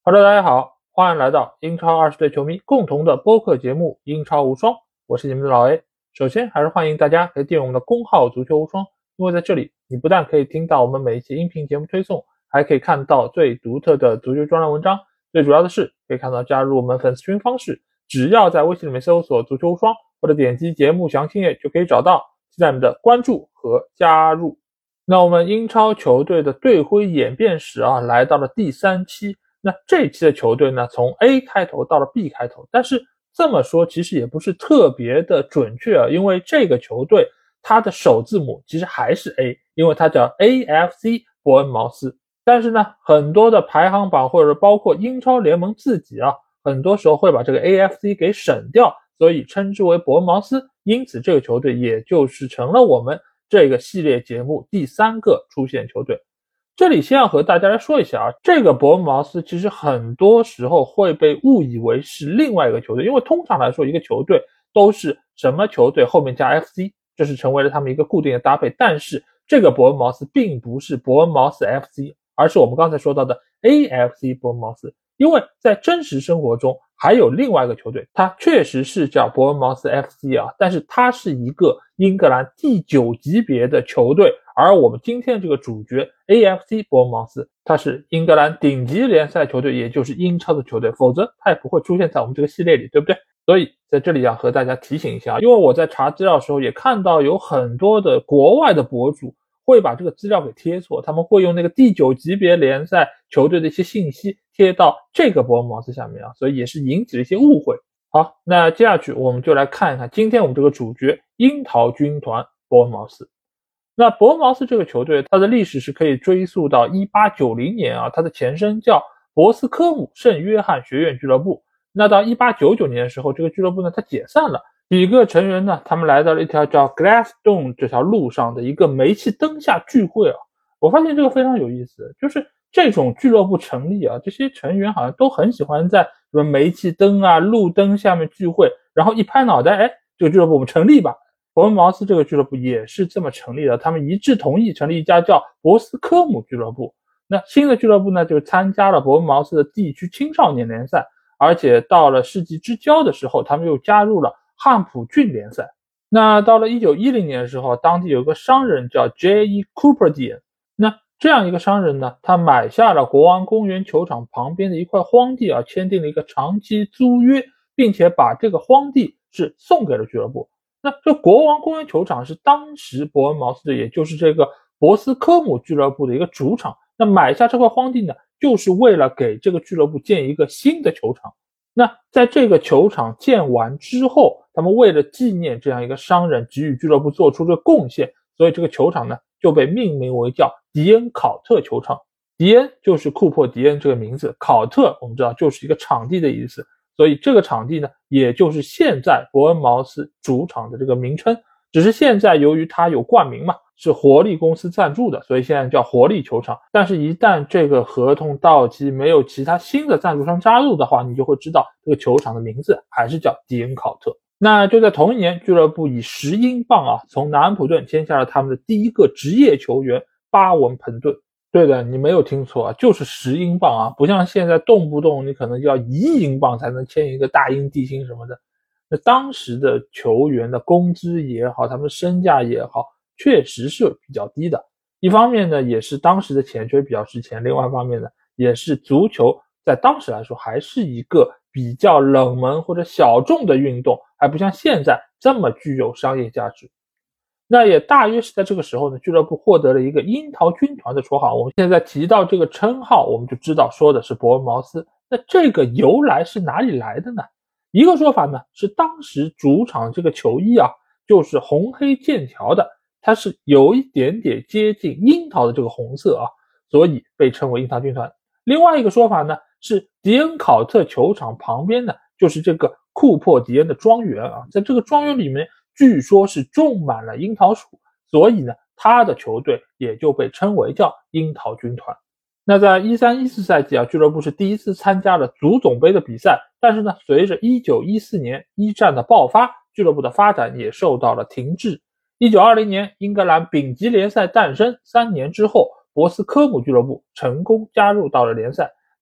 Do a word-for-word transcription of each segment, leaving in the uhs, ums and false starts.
Hello，大家好，欢迎来到英超二十队球迷共同的播客节目《英超无双》，我是你们的老 A。首先还是欢迎大家可以订阅我们的公号足球无双，因为在这里你不但可以听到我们每一期音频节目推送，还可以看到最独特的足球专栏文章，最主要的是可以看到加入我们粉丝群方式，只要在微信里面搜索足球无双，或者点击节目详情页就可以找到，期待你们的关注和加入。那我们英超球队的队徽演变史啊，来到了第三期。那这一期的球队呢，从 A 开头到了 B 开头，但是这么说其实也不是特别的准确啊，因为这个球队它的首字母其实还是 A， 因为它叫 A F C 伯恩茅斯。但是呢，很多的排行榜或者包括英超联盟自己啊，很多时候会把这个 A F C 给省掉，所以称之为伯恩茅斯，因此这个球队也就是成了我们这个系列节目第三个出现球队。这里先要和大家来说一下啊，这个伯恩茅斯其实很多时候会被误以为是另外一个球队，因为通常来说一个球队都是什么球队后面加 F C， 这是成为了他们一个固定的搭配，但是这个伯恩茅斯并不是伯恩茅斯 F C， 而是我们刚才说到的 A F C 伯恩茅斯，因为在真实生活中还有另外一个球队，它确实是叫伯恩茅斯 F C 啊，但是它是一个英格兰第九级别的球队，而我们今天这个主角 A F C 伯恩茅斯，它是英格兰顶级联赛球队，也就是英超的球队，否则它也不会出现在我们这个系列里，对不对？所以在这里要和大家提醒一下，因为我在查资料的时候也看到有很多的国外的博主会把这个资料给贴错，他们会用那个第九级别联赛球队的一些信息贴到这个伯恩茅斯下面啊，所以也是引起了一些误会。好，那接下去我们就来看一看今天我们这个主角樱桃军团伯恩茅斯。那伯恩茅斯这个球队，它的历史是可以追溯到一八九零年啊，它的前身叫博斯科姆圣约翰学院俱乐部。那到一八九九年的时候，这个俱乐部呢它解散了，几个成员呢他们来到了一条叫 Gladstone 这条路上的一个煤气灯下聚会啊。我发现这个非常有意思，就是这种俱乐部成立啊，这些成员好像都很喜欢在什么煤气灯啊路灯下面聚会，然后一拍脑袋，哎，这个俱乐部我们成立吧。伯恩茅斯这个俱乐部也是这么成立的，他们一致同意成立一家叫博斯科姆俱乐部。那新的俱乐部呢，就参加了伯恩茅斯的地区青少年联赛，而且到了世纪之交的时候，他们又加入了汉普郡联赛。那到了一九一零年的时候，当地有个商人叫 J E Cooperdian， 那这样一个商人呢，他买下了国王公园球场旁边的一块荒地啊，签订了一个长期租约，并且把这个荒地是送给了俱乐部。那这国王公园球场是当时伯恩茅斯的，也就是这个博斯科姆俱乐部的一个主场。那买下这块荒地呢，就是为了给这个俱乐部建一个新的球场。那在这个球场建完之后，他们为了纪念这样一个商人给予俱乐部做出的贡献，所以这个球场呢就被命名为叫迪恩考特球场。迪恩就是库珀迪恩这个名字，考特我们知道就是一个场地的意思。所以这个场地呢，也就是现在伯恩茅斯主场的这个名称，只是现在由于它有冠名嘛，是活力公司赞助的，所以现在叫活力球场。但是一旦这个合同到期，没有其他新的赞助商加入的话，你就会知道这个球场的名字还是叫迪恩考特。那就在同一年，俱乐部以十英镑啊，从南安普顿签下了他们的第一个职业球员巴文彭顿。对的，你没有听错啊，就是十英镑啊，不像现在动不动你可能要一亿英镑才能签一个大英帝星什么的。那当时的球员的工资也好，他们身价也好，确实是比较低的。一方面呢，也是当时的钱确实比较值钱，另外一方面呢，也是足球在当时来说还是一个比较冷门或者小众的运动，还不像现在这么具有商业价值。那也大约是在这个时候呢，俱乐部获得了一个樱桃军团的绰号。我们现在提到这个称号，我们就知道说的是伯恩茅斯。那这个由来是哪里来的呢？一个说法呢，是当时主场这个球衣啊，就是红黑剑条的，它是有一点点接近樱桃的这个红色啊，所以被称为樱桃军团。另外一个说法呢，是迪恩考特球场旁边呢，就是这个库珀迪恩的庄园啊，在这个庄园里面据说是种满了樱桃树，所以呢，他的球队也就被称为叫樱桃军团。那在一三一四赛季啊，俱乐部是第一次参加了足总杯的比赛，但是呢，随着一九一四年一战的爆发，俱乐部的发展也受到了停滞。一九二零年，英格兰丙级联赛诞生，三年之后，博斯科姆俱乐部成功加入到了联赛。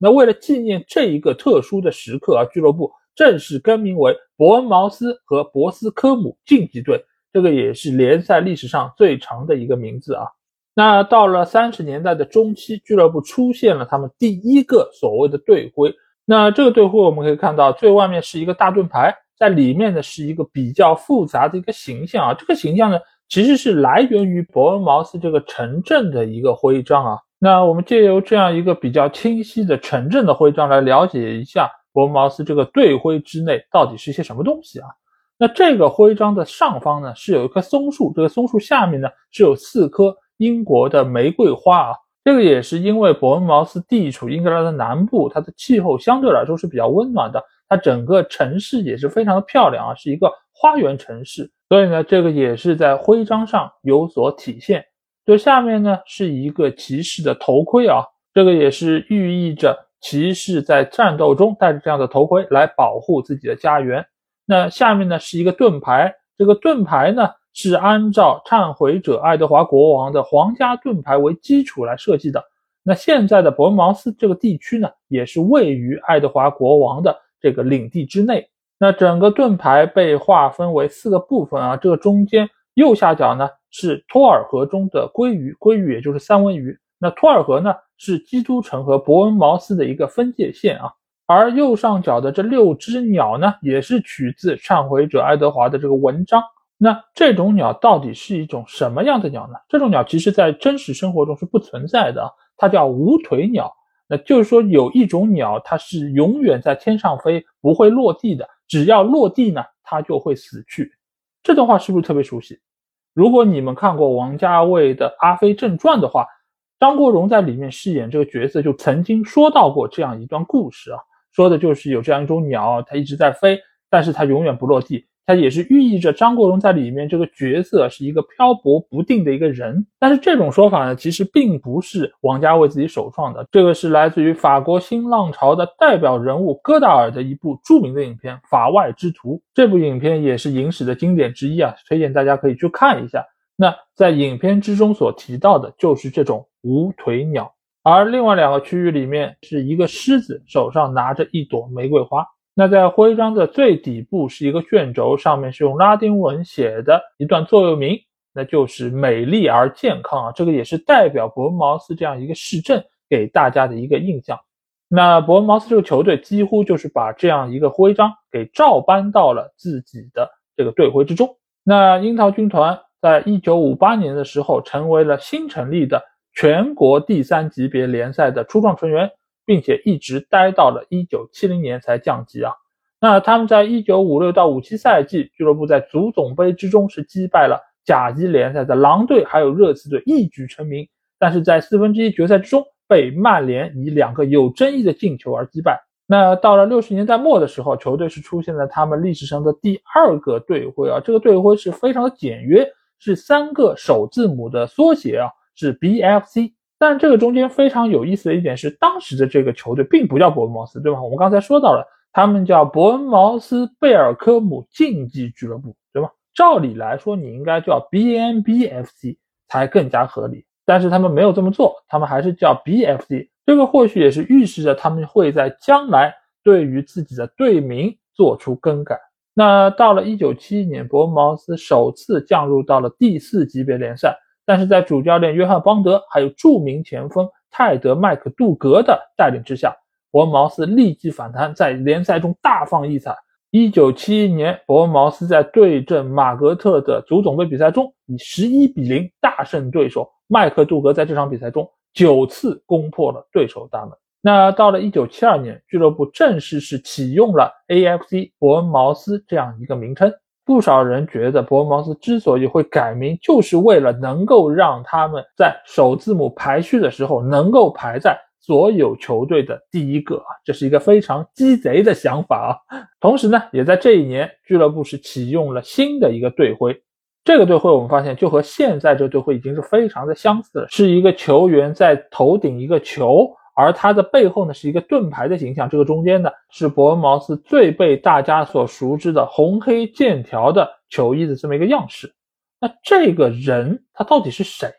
那为了纪念这一个特殊的时刻啊，俱乐部正式更名为伯恩茅斯和博斯科姆竞技队，这个也是联赛历史上最长的一个名字啊。那到了三十年代的中期，俱乐部出现了他们第一个所谓的队徽。那这个队徽我们可以看到，最外面是一个大盾牌，在里面呢是一个比较复杂的一个形象啊。这个形象呢其实是来源于伯恩茅斯这个城镇的一个徽章啊。那我们借由这样一个比较清晰的城镇的徽章来了解一下伯恩茅斯这个队徽之内到底是一些什么东西啊。那这个徽章的上方呢是有一棵松树，这个松树下面呢是有四颗英国的玫瑰花啊。这个也是因为伯恩茅斯地处英格兰的南部，它的气候相对来说是比较温暖的，它整个城市也是非常的漂亮啊，是一个花园城市，所以呢这个也是在徽章上有所体现。这下面呢是一个骑士的头盔啊，这个也是寓意着骑士在战斗中戴着这样的头盔来保护自己的家园。那下面呢是一个盾牌，这个盾牌呢是按照忏悔者爱德华国王的皇家盾牌为基础来设计的。那现在的伯恩茅斯这个地区呢也是位于爱德华国王的这个领地之内。那整个盾牌被划分为四个部分啊，这个中间右下角呢是托尔河中的鲑鱼，鲑鱼也就是三文鱼。那托尔河呢是基督城和伯恩茅斯的一个分界线啊。而右上角的这六只鸟呢也是取自忏悔者爱德华的这个文章。那这种鸟到底是一种什么样的鸟呢？这种鸟其实在真实生活中是不存在的，它叫无腿鸟。那就是说有一种鸟它是永远在天上飞，不会落地的，只要落地呢它就会死去。这段话是不是特别熟悉？如果你们看过王家卫的《阿飞正传》的话，张国荣在里面饰演这个角色就曾经说到过这样一段故事啊，说的就是有这样一种鸟，它一直在飞，但是它永远不落地。它也是寓意着张国荣在里面这个角色是一个漂泊不定的一个人。但是这种说法呢其实并不是王家卫自己首创的，这个是来自于法国新浪潮的代表人物戈达尔的一部著名的影片《法外之徒》，这部影片也是影史的经典之一啊，推荐大家可以去看一下。那在影片之中所提到的就是这种无腿鸟。而另外两个区域里面是一个狮子手上拿着一朵玫瑰花。那在徽章的最底部是一个卷轴，上面是用拉丁文写的一段座右铭，那就是美丽而健康啊，这个也是代表伯恩茅斯这样一个市镇给大家的一个印象。那伯恩茅斯这个球队几乎就是把这样一个徽章给照搬到了自己的这个队徽之中。那樱桃军团在一九五八年的时候成为了新成立的全国第三级别联赛的初创成员，并且一直待到了一九七零年才降级啊。那他们在一九五六到五七赛季，俱乐部在足总杯之中是击败了甲级联赛的狼队还有热刺队，一举成名。但是在四分之一决赛之中被曼联以两个有争议的进球而击败。那到了六十年代末的时候，球队是出现了他们历史上的第二个队徽啊，这个队徽是非常的简约，是三个首字母的缩写啊，是 B F C。但这个中间非常有意思的一点是，当时的这个球队并不叫伯恩茅斯，对吧？我们刚才说到了，他们叫伯恩茅斯贝尔科姆竞技俱乐部，对吧？照理来说你应该叫 B N B F C 才更加合理，但是他们没有这么做，他们还是叫 B F C。 这个或许也是预示着他们会在将来对于自己的队名做出更改。那到了一九七一年，伯恩茅斯首次降入到了第四级别联赛，但是在主教练约翰邦德还有著名前锋泰德麦克杜格的带领之下，伯恩茅斯立即反弹，在联赛中大放异彩。一九七一年，伯恩茅斯在对阵马格特的足总杯比赛中以十一比零大胜对手，麦克杜格在这场比赛中九次攻破了对手大门。那到了一九七二年，俱乐部正式是启用了 A F C 伯恩茅斯这样一个名称。不少人觉得伯恩茅斯之所以会改名，就是为了能够让他们在首字母排序的时候能够排在所有球队的第一个啊，这是一个非常鸡贼的想法啊。同时呢，也在这一年，俱乐部是启用了新的一个队徽。这个队徽我们发现就和现在这队徽已经是非常的相似了，是一个球员在头顶一个球，而它的背后呢是一个盾牌的形象，这个中间呢是伯恩茅斯最被大家所熟知的红黑剑条的球衣的这么一个样式。那这个人他到底是谁呢？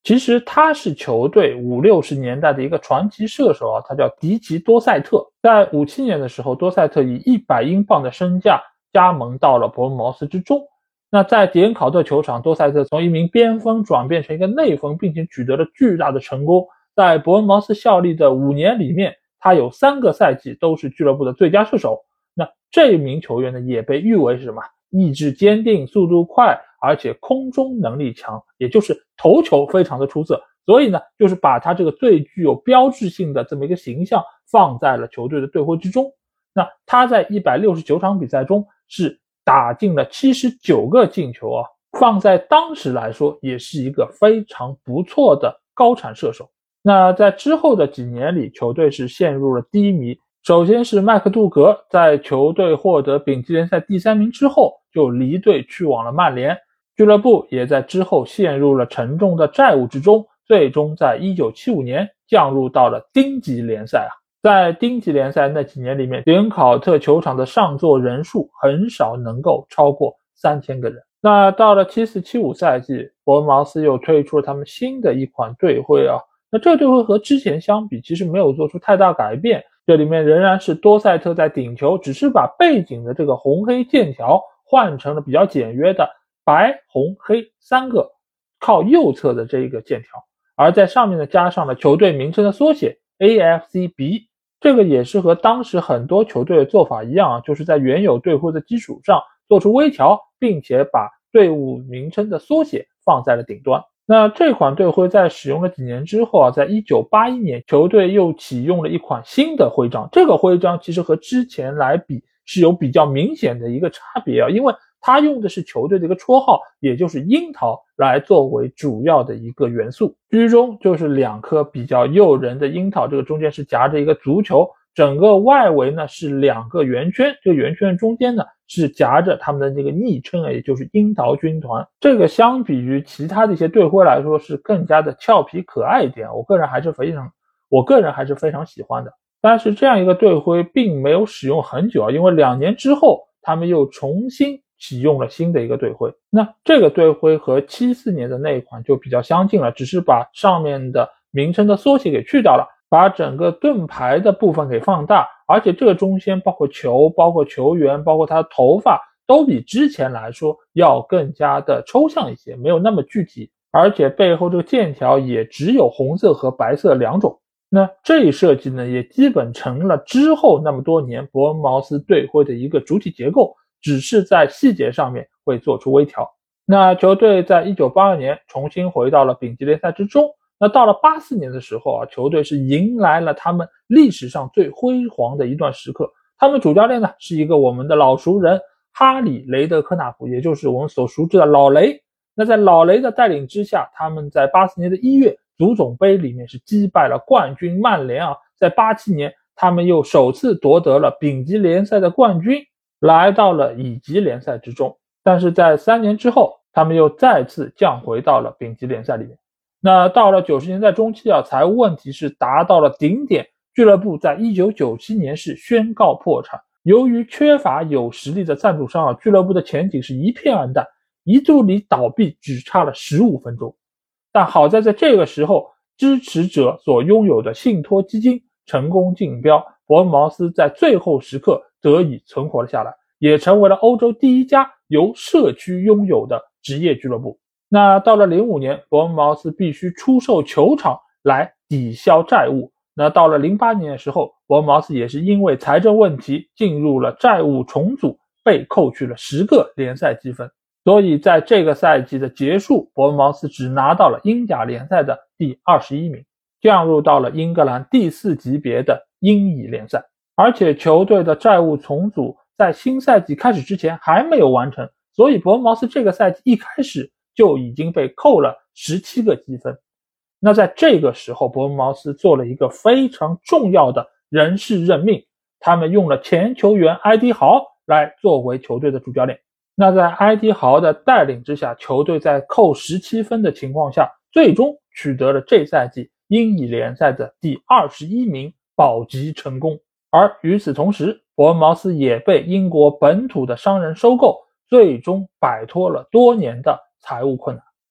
其实他是球队五六十年代的一个传奇射手啊，他叫迪奇多塞特。在五七年的时候，多塞特以一百英镑的身价加盟到了伯恩茅斯之中。那在迪恩考特球场，多塞特从一名边锋转变成一个内锋，并且取得了巨大的成功。在伯恩茅斯效力的五年里面，他有三个赛季都是俱乐部的最佳射手。那这名球员呢，也被誉为是什么？意志坚定，速度快，而且空中能力强，也就是头球非常的出色。所以呢，就是把他这个最具有标志性的这么一个形象放在了球队的队徽之中。那他在一百六十九场比赛中是打进了七十九个进球啊，放在当时来说也是一个非常不错的高产射手。那在之后的几年里，球队是陷入了低迷。首先是麦克杜格在球队获得丙级联赛第三名之后就离队去往了曼联，俱乐部也在之后陷入了沉重的债务之中，最终在一九七五年降入到了丁级联赛啊。在丁级联赛那几年里面，迪恩考特球场的上座人数很少能够超过三千个人。那到了七四七五赛季，伯恩茅斯又推出了他们新的一款队徽啊。那这个队徽和之前相比其实没有做出太大改变，这里面仍然是多塞特在顶球，只是把背景的这个红黑剑条换成了比较简约的白红黑三个靠右侧的这个剑条，而在上面呢加上了球队名称的缩写 A F C B。 这个也是和当时很多球队的做法一样啊，就是在原有队徽的基础上做出微调，并且把队伍名称的缩写放在了顶端。那这款队徽在使用了几年之后啊，在一九八一年球队又启用了一款新的徽章。这个徽章其实和之前来比是有比较明显的一个差别啊，因为它用的是球队的一个绰号，也就是樱桃来作为主要的一个元素。居中就是两颗比较诱人的樱桃，这个中间是夹着一个足球，整个外围呢是两个圆圈，这个圆圈中间呢是夹着他们的这个昵称，也就是樱桃军团。这个相比于其他的一些队徽来说是更加的俏皮可爱一点，我个人还是非常我个人还是非常喜欢的。但是这样一个队徽并没有使用很久啊，因为两年之后他们又重新启用了新的一个队徽。那这个队徽和七四年的那一款就比较相近了，只是把上面的名称的缩写给去掉了，把整个盾牌的部分给放大，而且这个中间包括球包括球员包括他的头发都比之前来说要更加的抽象一些，没有那么具体，而且背后这个剑条也只有红色和白色两种。那这一设计呢也基本成了之后那么多年伯恩茅斯队徽的一个主体结构，只是在细节上面会做出微调。那球队在一九八二年重新回到了丙级联赛之中。那到了八四年的时候啊，球队是迎来了他们历史上最辉煌的一段时刻。他们主教练呢是一个我们的老熟人哈里雷德科纳普，也就是我们所熟知的老雷。那在老雷的带领之下，他们在八四年的一月足总杯里面是击败了冠军曼联啊。在八七年他们又首次夺得了丙级联赛的冠军，来到了乙级联赛之中。但是在三年之后他们又再次降回到了丙级联赛里面。那到了九十年代中期啊，财务问题是达到了顶点，俱乐部在一九九七年是宣告破产。由于缺乏有实力的赞助商啊，俱乐部的前景是一片暗淡，一度离倒闭只差了十五分钟。但好在在这个时候，支持者所拥有的信托基金成功竞标，伯恩茅斯在最后时刻得以存活了下来，也成为了欧洲第一家由社区拥有的职业俱乐部。那到了零五年，伯恩茅斯必须出售球场来抵消债务。那到了零八年的时候，伯恩茅斯也是因为财政问题进入了债务重组，被扣去了十个联赛积分。所以在这个赛季的结束，伯恩茅斯只拿到了英甲联赛的第二十一名，降入到了英格兰第四级别的英乙联赛。而且球队的债务重组在新赛季开始之前还没有完成，所以伯恩茅斯这个赛季一开始就已经被扣了十七个积分。那在这个时候，伯恩茅斯做了一个非常重要的人事任命，他们用了前球员埃迪豪来作为球队的主教练。那在埃迪豪的带领之下，球队在扣十七分的情况下，最终取得了这赛季英乙联赛的第二十一名，保级成功。而与此同时，伯恩茅斯也被英国本土的商人收购，最终摆脱了多年的财务困难。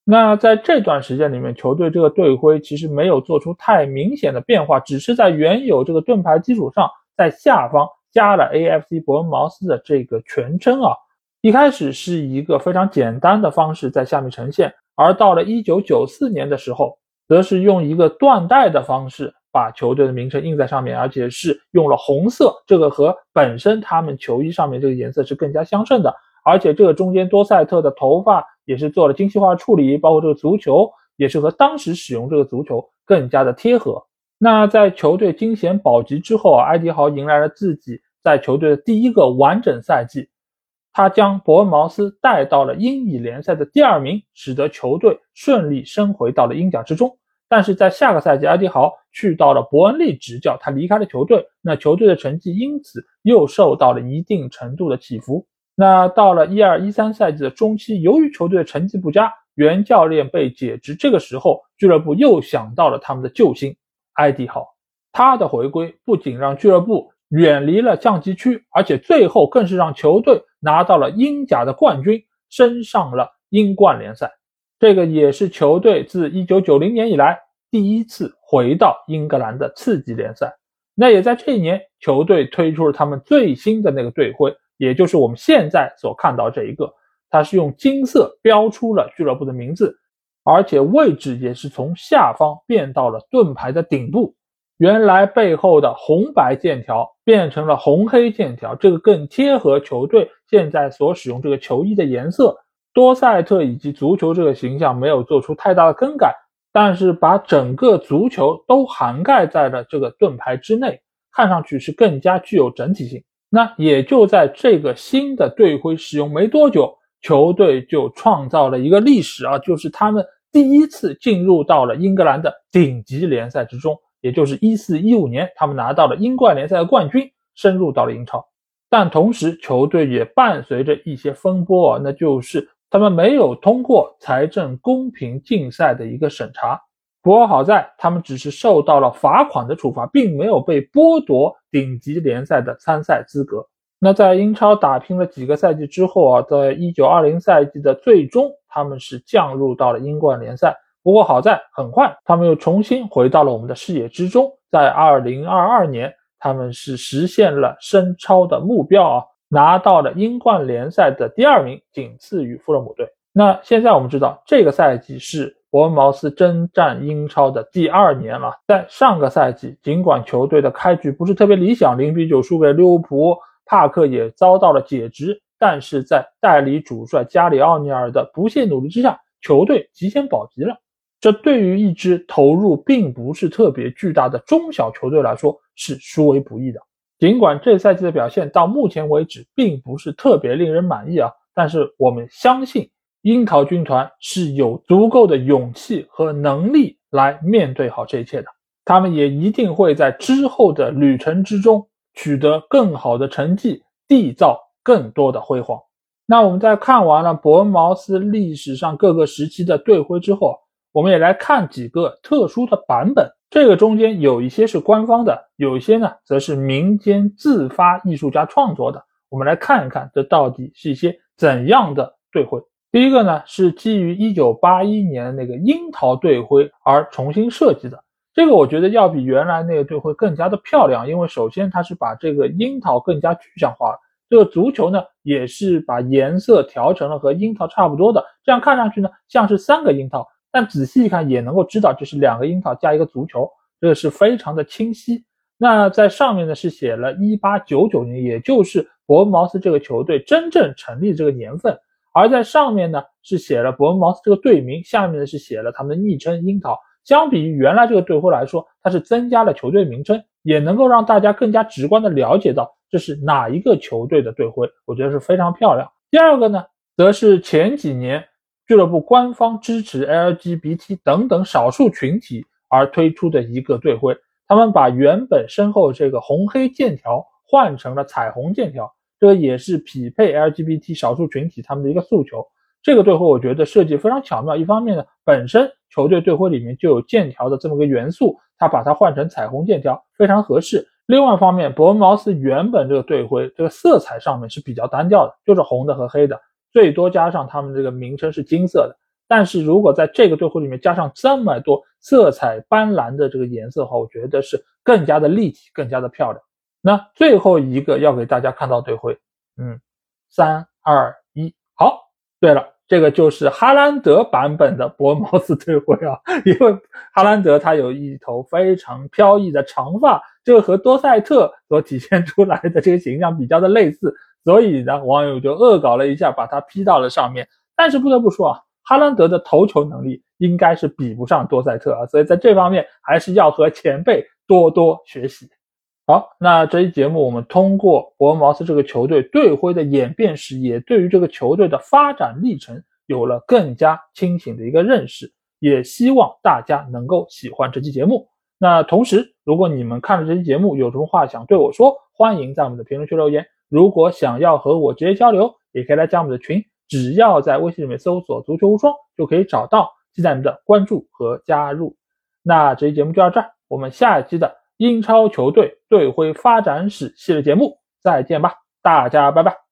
那在这段时间里面，球队这个队徽其实没有做出太明显的变化，只是在原有这个盾牌基础上，在下方加了 A F C 伯恩茅斯的这个全称啊。一开始是一个非常简单的方式在下面呈现，而到了一九九四年的时候，则是用一个缎带的方式把球队的名称印在上面，而且是用了红色，这个和本身他们球衣上面这个颜色是更加相称的。而且这个中间多塞特的头发也是做了精细化处理，包括这个足球也是和当时使用这个足球更加的贴合。那在球队惊险保级之后啊，埃迪豪迎来了自己在球队的第一个完整赛季，他将伯恩茅斯带到了英乙联赛的第二名，使得球队顺利升回到了英甲之中。但是在下个赛季，埃迪豪去到了伯恩利执教，他离开了球队，那球队的成绩因此又受到了一定程度的起伏。那到了一二一三赛季的中期，由于球队的成绩不佳，原教练被解职，这个时候俱乐部又想到了他们的救星埃迪豪。他的回归不仅让俱乐部远离了降级区，而且最后更是让球队拿到了英甲的冠军，升上了英冠联赛。这个也是球队自一九九零年以来第一次回到英格兰的次级联赛。那也在这一年，球队推出了他们最新的那个队徽，也就是我们现在所看到这一个，它是用金色标出了俱乐部的名字，而且位置也是从下方变到了盾牌的顶部。原来背后的红白剑条变成了红黑剑条，这个更贴合球队现在所使用这个球衣的颜色。多塞特以及足球这个形象没有做出太大的更改，但是把整个足球都涵盖在了这个盾牌之内，看上去是更加具有整体性。那也就在这个新的队徽使用没多久，球队就创造了一个历史啊，就是他们第一次进入到了英格兰的顶级联赛之中，也就是一四一五年他们拿到了英冠联赛的冠军，升入到了英超。但同时球队也伴随着一些风波啊，那就是他们没有通过财政公平竞赛的一个审查。不过好在他们只是受到了罚款的处罚，并没有被剥夺顶级联赛的参赛资格。那在英超打拼了几个赛季之后啊，在一九二零赛季的最终他们是降入到了英冠联赛。不过好在很快他们又重新回到了我们的视野之中，在二零二二年他们是实现了升超的目标啊，拿到了英冠联赛的第二名，仅次于富勒姆队。那现在我们知道这个赛季是伯恩茅斯征战英超的第二年了。在上个赛季，尽管球队的开局不是特别理想，零比九输给利物浦，帕克也遭到了解职，但是在代理主帅加里奥尼尔的不懈努力之下，球队极限保级了。这对于一支投入并不是特别巨大的中小球队来说是殊为不易的。尽管这赛季的表现到目前为止并不是特别令人满意啊，但是我们相信樱桃军团是有足够的勇气和能力来面对好这一切的，他们也一定会在之后的旅程之中取得更好的成绩，缔造更多的辉煌。那我们在看完了伯恩茅斯历史上各个时期的队徽之后，我们也来看几个特殊的版本。这个中间有一些是官方的，有一些呢则是民间自发艺术家创作的。我们来看一看这到底是一些怎样的队徽。第一个呢是基于一九八一年那个樱桃队徽而重新设计的，这个我觉得要比原来那个队徽更加的漂亮，因为首先它是把这个樱桃更加具象化了，这个足球呢也是把颜色调成了和樱桃差不多的，这样看上去呢像是三个樱桃，但仔细一看也能够知道这是两个樱桃加一个足球，这个是非常的清晰。那在上面呢是写了一八九九年，也就是伯恩茅斯这个球队真正成立这个年份，而在上面呢是写了伯恩茅斯这个队名，下面呢是写了他们的昵称樱桃。相比于原来这个队徽来说，它是增加了球队名称，也能够让大家更加直观的了解到这是哪一个球队的队徽，我觉得是非常漂亮。第二个呢则是前几年俱乐部官方支持 L G B T 等等少数群体而推出的一个队徽，他们把原本身后这个红黑剑条换成了彩虹剑条，这个也是匹配 L G B T 少数群体他们的一个诉求。这个队徽我觉得设计非常巧妙，一方面呢本身球队队徽里面就有剑条的这么个元素，他把它换成彩虹剑条非常合适。另外一方面，伯恩茅斯原本这个队徽这个色彩上面是比较单调的，就是红的和黑的，最多加上他们这个名称是金色的。 但是如果在这个队徽里面加上这么多色彩斑斓的这个颜色的话，我觉得是更加的立体，更加的漂亮。那最后一个要给大家看到队徽，嗯，三二一，好，对了，这个就是哈兰德版本的伯恩茅斯队徽啊，因为哈兰德他有一头非常飘逸的长发，这个和多塞特所体现出来的这个形象比较的类似，所以呢，网友就恶搞了一下，把它 P 到了上面。但是不得不说啊，哈兰德的头球能力应该是比不上多塞特啊，所以在这方面还是要和前辈多多学习。好，那这一节目我们通过伯恩茅斯这个球队队徽的演变史，也对于这个球队的发展历程有了更加清醒的一个认识，也希望大家能够喜欢这期节目。那同时，如果你们看了这期节目有什么话想对我说，欢迎在我们的评论区留言。如果想要和我直接交流，也可以来加我们的群，只要在微信里面搜索足球无双就可以找到，期待你们的关注和加入。那这期节目就到这儿，我们下一期的英超球队队徽发展史系列节目再见吧，大家拜拜。